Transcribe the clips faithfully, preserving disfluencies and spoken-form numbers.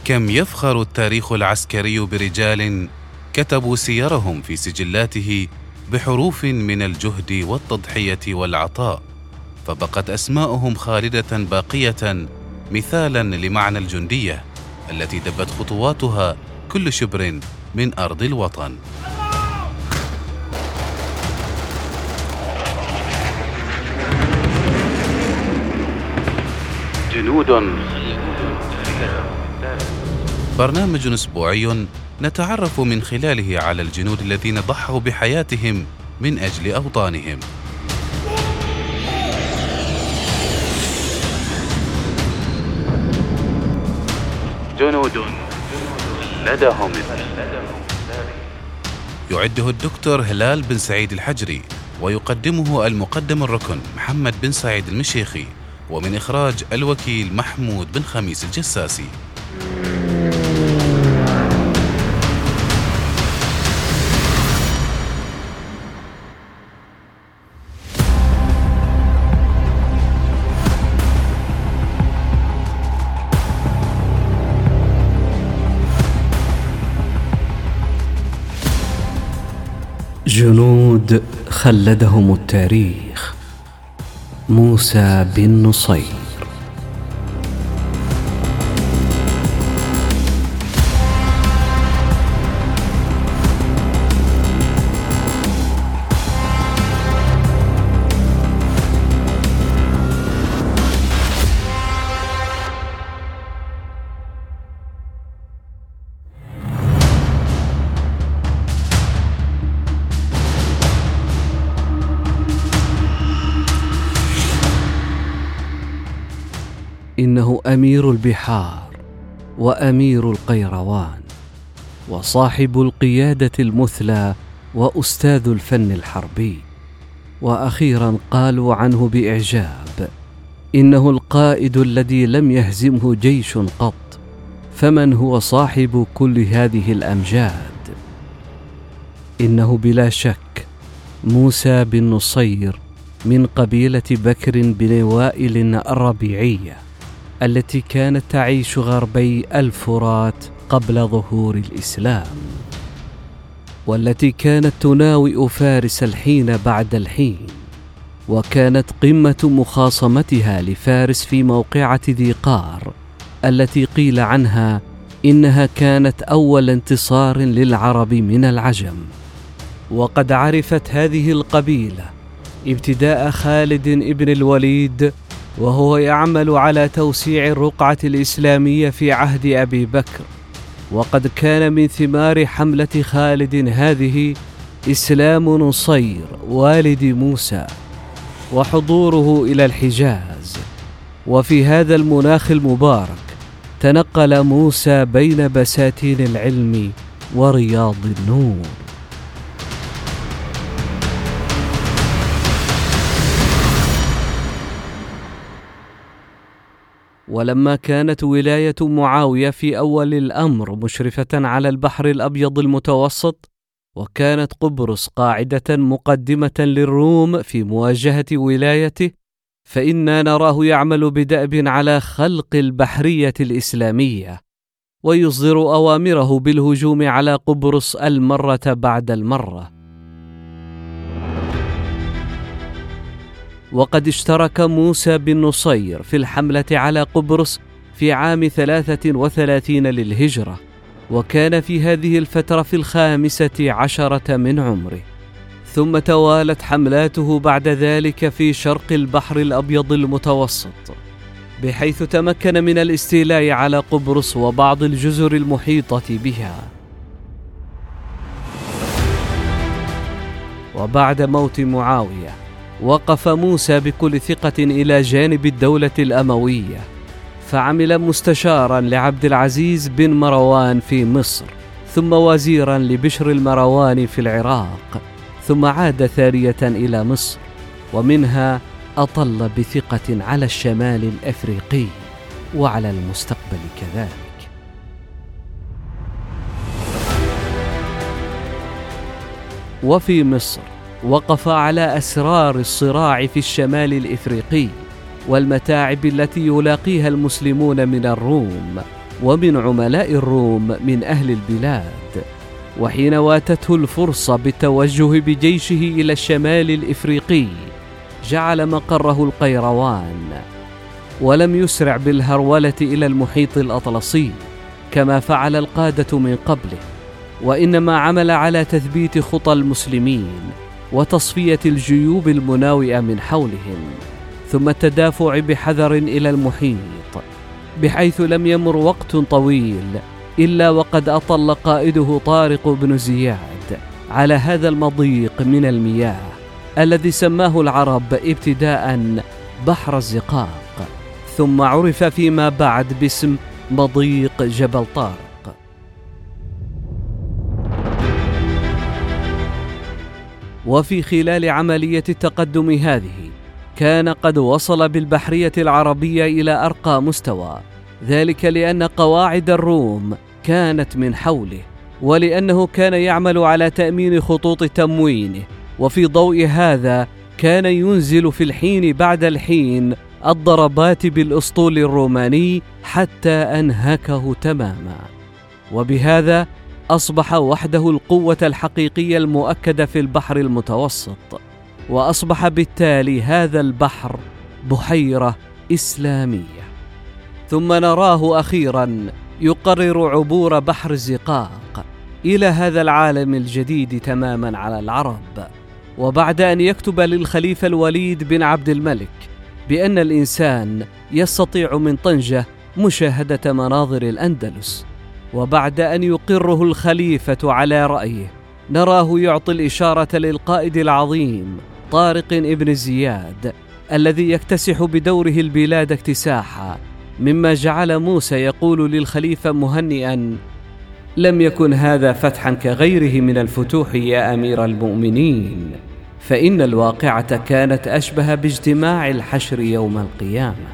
كم يفخر التاريخ العسكري برجال كتبوا سيرهم في سجلاته بحروف من الجهد والتضحية والعطاء، فبقت أسماؤهم خالدة باقية مثالا لمعنى الجندية التي دبت خطواتها كل شبر من أرض الوطن. جنود. برنامج أسبوعي نتعرف من خلاله على الجنود الذين ضحوا بحياتهم من أجل أوطانهم. جنود لدهم. يعده الدكتور هلال بن سعيد الحجري، ويقدمه المقدم الركن محمد بن سعيد المشيخي، ومن إخراج الوكيل محمود بن خميس الجساسي. جنود خلدهم التاريخ. موسى بن نصير. إنه أمير البحار وأمير القيروان وصاحب القيادة المثلى وأستاذ الفن الحربي، وأخيرا قالوا عنه بإعجاب: إنه القائد الذي لم يهزمه جيش قط، فمن هو صاحب كل هذه الأمجاد؟ إنه بلا شك موسى بن نصير من قبيلة بكر بن وائل الربيعية التي كانت تعيش غربي الفرات قبل ظهور الإسلام، والتي كانت تناوئ فارس الحين بعد الحين، وكانت قمة مخاصمتها لفارس في موقعة ذي قار التي قيل عنها إنها كانت أول انتصار للعرب من العجم. وقد عرفت هذه القبيلة ابتداء خالد ابن الوليد وهو يعمل على توسيع الرقعة الإسلامية في عهد أبي بكر، وقد كان من ثمار حملة خالد هذه إسلام نصير والد موسى وحضوره إلى الحجاز. وفي هذا المناخ المبارك تنقل موسى بين بساتين العلم ورياض النور. ولما كانت ولاية معاوية في أول الأمر مشرفة على البحر الأبيض المتوسط، وكانت قبرص قاعدة مقدمة للروم في مواجهة ولايته، فإنا نراه يعمل بدأب على خلق البحرية الإسلامية، ويصدر أوامره بالهجوم على قبرص المرة بعد المرة. وقد اشترك موسى بن نصير في الحملة على قبرص في عام ثلاثة وثلاثين للهجرة، وكان في هذه الفترة في الخامسة عشرة من عمره. ثم توالت حملاته بعد ذلك في شرق البحر الأبيض المتوسط، بحيث تمكن من الاستيلاء على قبرص وبعض الجزر المحيطة بها. وبعد موت معاوية وقف موسى بكل ثقة إلى جانب الدولة الأموية، فعمل مستشارا لعبد العزيز بن مروان في مصر، ثم وزيرا لبشر المروان في العراق، ثم عاد ثانية إلى مصر، ومنها أطل بثقة على الشمال الأفريقي وعلى المستقبل كذلك. وفي مصر وقف على أسرار الصراع في الشمال الإفريقي والمتاعب التي يلاقيها المسلمون من الروم، ومن عملاء الروم من أهل البلاد. وحين واتته الفرصة بالتوجه بجيشه إلى الشمال الإفريقي جعل مقره القيروان، ولم يسرع بالهرولة إلى المحيط الأطلسي كما فعل القادة من قبله، وإنما عمل على تثبيت خطى المسلمين وتصفية الجيوب المناوئة من حولهم، ثم التدافع بحذر إلى المحيط، بحيث لم يمر وقت طويل إلا وقد أطل قائده طارق بن زياد على هذا المضيق من المياه الذي سماه العرب ابتداء بحر الزقاق، ثم عرف فيما بعد باسم مضيق جبل طارق. وفي خلال عملية التقدم هذه كان قد وصل بالبحرية العربية إلى أرقى مستوى، ذلك لأن قواعد الروم كانت من حوله، ولأنه كان يعمل على تأمين خطوط تموينه، وفي ضوء هذا كان ينزل في الحين بعد الحين الضربات بالأسطول الروماني حتى أنهكه تماما، وبهذا أصبح وحده القوة الحقيقية المؤكدة في البحر المتوسط، وأصبح بالتالي هذا البحر بحيرة إسلامية. ثم نراه أخيرا يقرر عبور بحر الزقاق إلى هذا العالم الجديد تماما على العرب، وبعد أن يكتب للخليفة الوليد بن عبد الملك بأن الإنسان يستطيع من طنجة مشاهدة مناظر الأندلس، وبعد أن يقره الخليفة على رأيه نراه يعطي الإشارة للقائد العظيم طارق ابن زياد الذي يكتسح بدوره البلاد اكتساحا، مما جعل موسى يقول للخليفة مهنئا: لم يكن هذا فتحا كغيره من الفتوح يا أمير المؤمنين، فإن الواقعة كانت أشبه باجتماع الحشر يوم القيامة.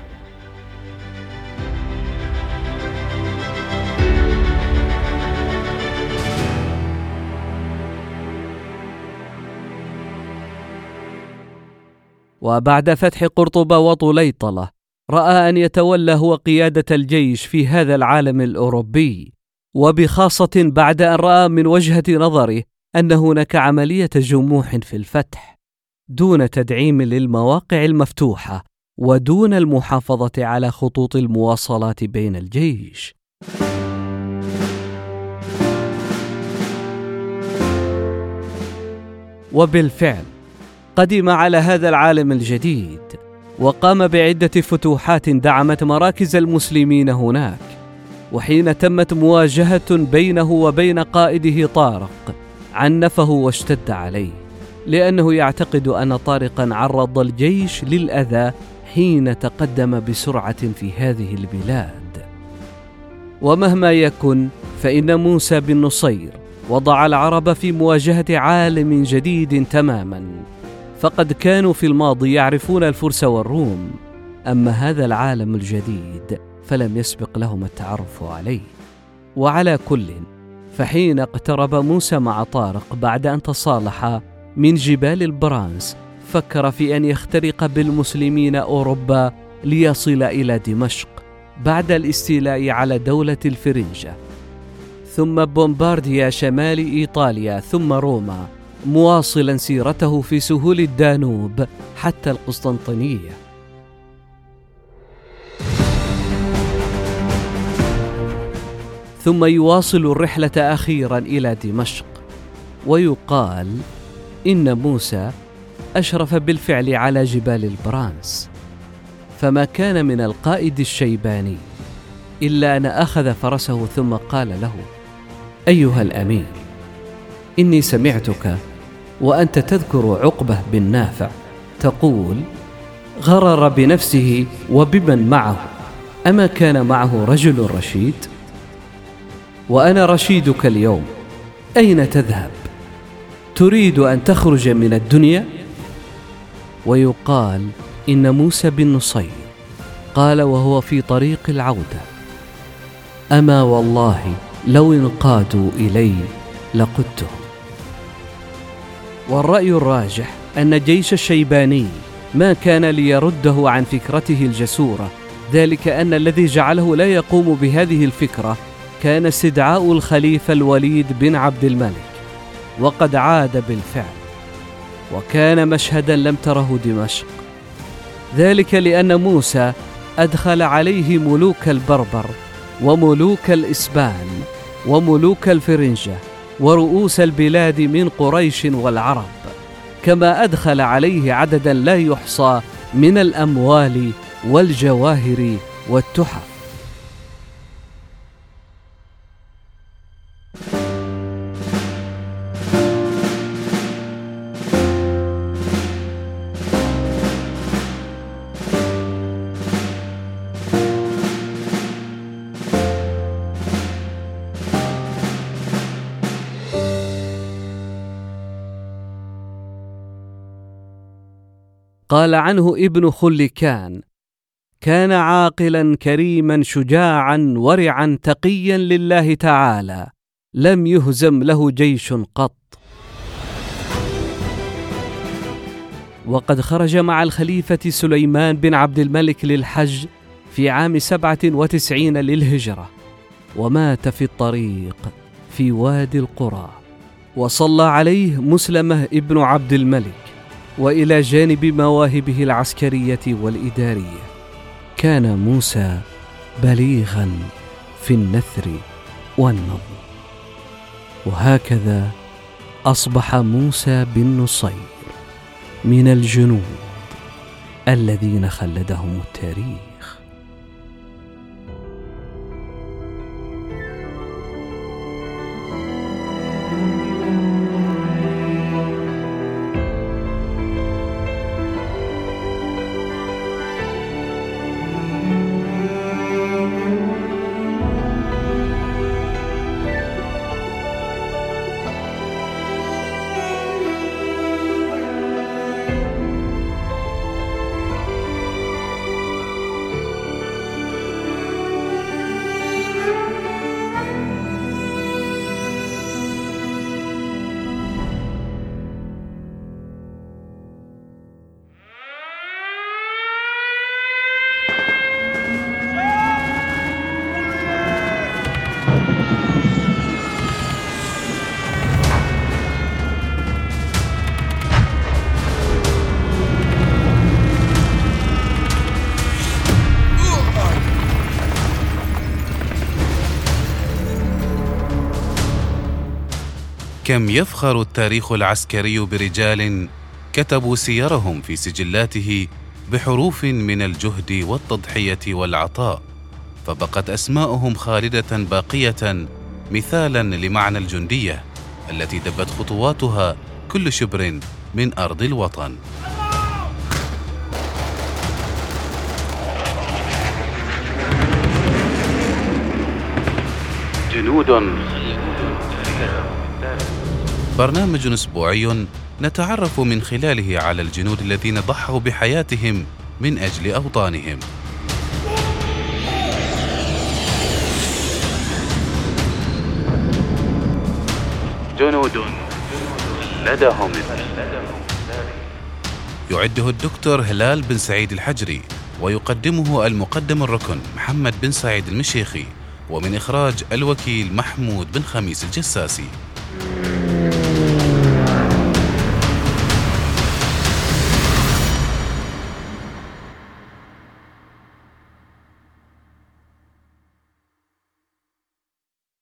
وبعد فتح قرطبة وطليطلة رأى أن يتولى هو قيادة الجيش في هذا العالم الأوروبي، وبخاصة بعد أن رأى من وجهة نظره أن هناك عملية جموح في الفتح دون تدعيم للمواقع المفتوحة ودون المحافظة على خطوط المواصلات بين الجيش. وبالفعل قدم على هذا العالم الجديد وقام بعدة فتوحات دعمت مراكز المسلمين هناك. وحين تمت مواجهة بينه وبين قائده طارق عنفه واشتد عليه، لأنه يعتقد أن طارقا عرض الجيش للأذى حين تقدم بسرعة في هذه البلاد. ومهما يكن فإن موسى بن نصير وضع العرب في مواجهة عالم جديد تماما، فقد كانوا في الماضي يعرفون الفرس والروم، أما هذا العالم الجديد فلم يسبق لهم التعرف عليه. وعلى كل، فحين اقترب موسى مع طارق بعد أن تصالحا من جبال البرانس فكر في أن يخترق بالمسلمين أوروبا ليصل إلى دمشق بعد الاستيلاء على دولة الفرنجة، ثم بومبارديا شمال إيطاليا، ثم روما، مواصلا سيرته في سهول الدانوب حتى القسطنطينية. ثم يواصل الرحلة أخيرا إلى دمشق. ويقال إن موسى أشرف بالفعل على جبال البرانس، فما كان من القائد الشيباني إلا أن أخذ فرسه ثم قال له: أيها الأمير، إني سمعتك وأنت تذكر عقبة بن نافع تقول: غرر بنفسه وبمن معه، أما كان معه رجل رشيد؟ وأنا رشيدك اليوم، أين تذهب؟ تريد أن تخرج من الدنيا؟ ويقال إن موسى بن نصير قال وهو في طريق العودة: أما والله لو انقادوا إلي لقدتهم. والرأي الراجح أن جيش الشيباني ما كان ليرده عن فكرته الجسورة ذلك أن الذي جعله لا يقوم بهذه الفكرة كان استدعاء الخليفة الوليد بن عبد الملك، وقد عاد بالفعل، وكان مشهدا لم تره دمشق، ذلك لأن موسى أدخل عليه ملوك البربر وملوك الإسبان وملوك الفرنجة ورؤوس البلاد من قريش والعرب، كما أدخل عليه عددا لا يحصى من الأموال والجواهر والتحف. قال عنه ابن خلكان: كان عاقلا كريما شجاعا ورعا تقيا لله تعالى، لم يهزم له جيش قط. وقد خرج مع الخليفة سليمان بن عبد الملك للحج في عام سبعة وتسعين للهجرة، ومات في الطريق في وادي القرى، وصلى عليه مسلمة ابن عبد الملك، وإلى جانب مواهبه العسكرية والإدارية كان موسى بليغا في النثر والنظم. وهكذا أصبح موسى بن نصير من الجنود الذين خلدهم التاريخ. كم يفخر التاريخ العسكري برجال كتبوا سيرهم في سجلاته بحروف من الجهد والتضحية والعطاء، فبقت أسماؤهم خالدة باقية مثالا لمعنى الجندية التي دبت خطواتها كل شبر من أرض الوطن. جنود، برنامج أسبوعي نتعرف من خلاله على الجنود الذين ضحوا بحياتهم من أجل أوطانهم. جنود لدهم يعده الدكتور هلال بن سعيد الحجري، ويقدمه المقدم الركن محمد بن سعيد المشيخي، ومن إخراج الوكيل محمود بن خميس الجساسي.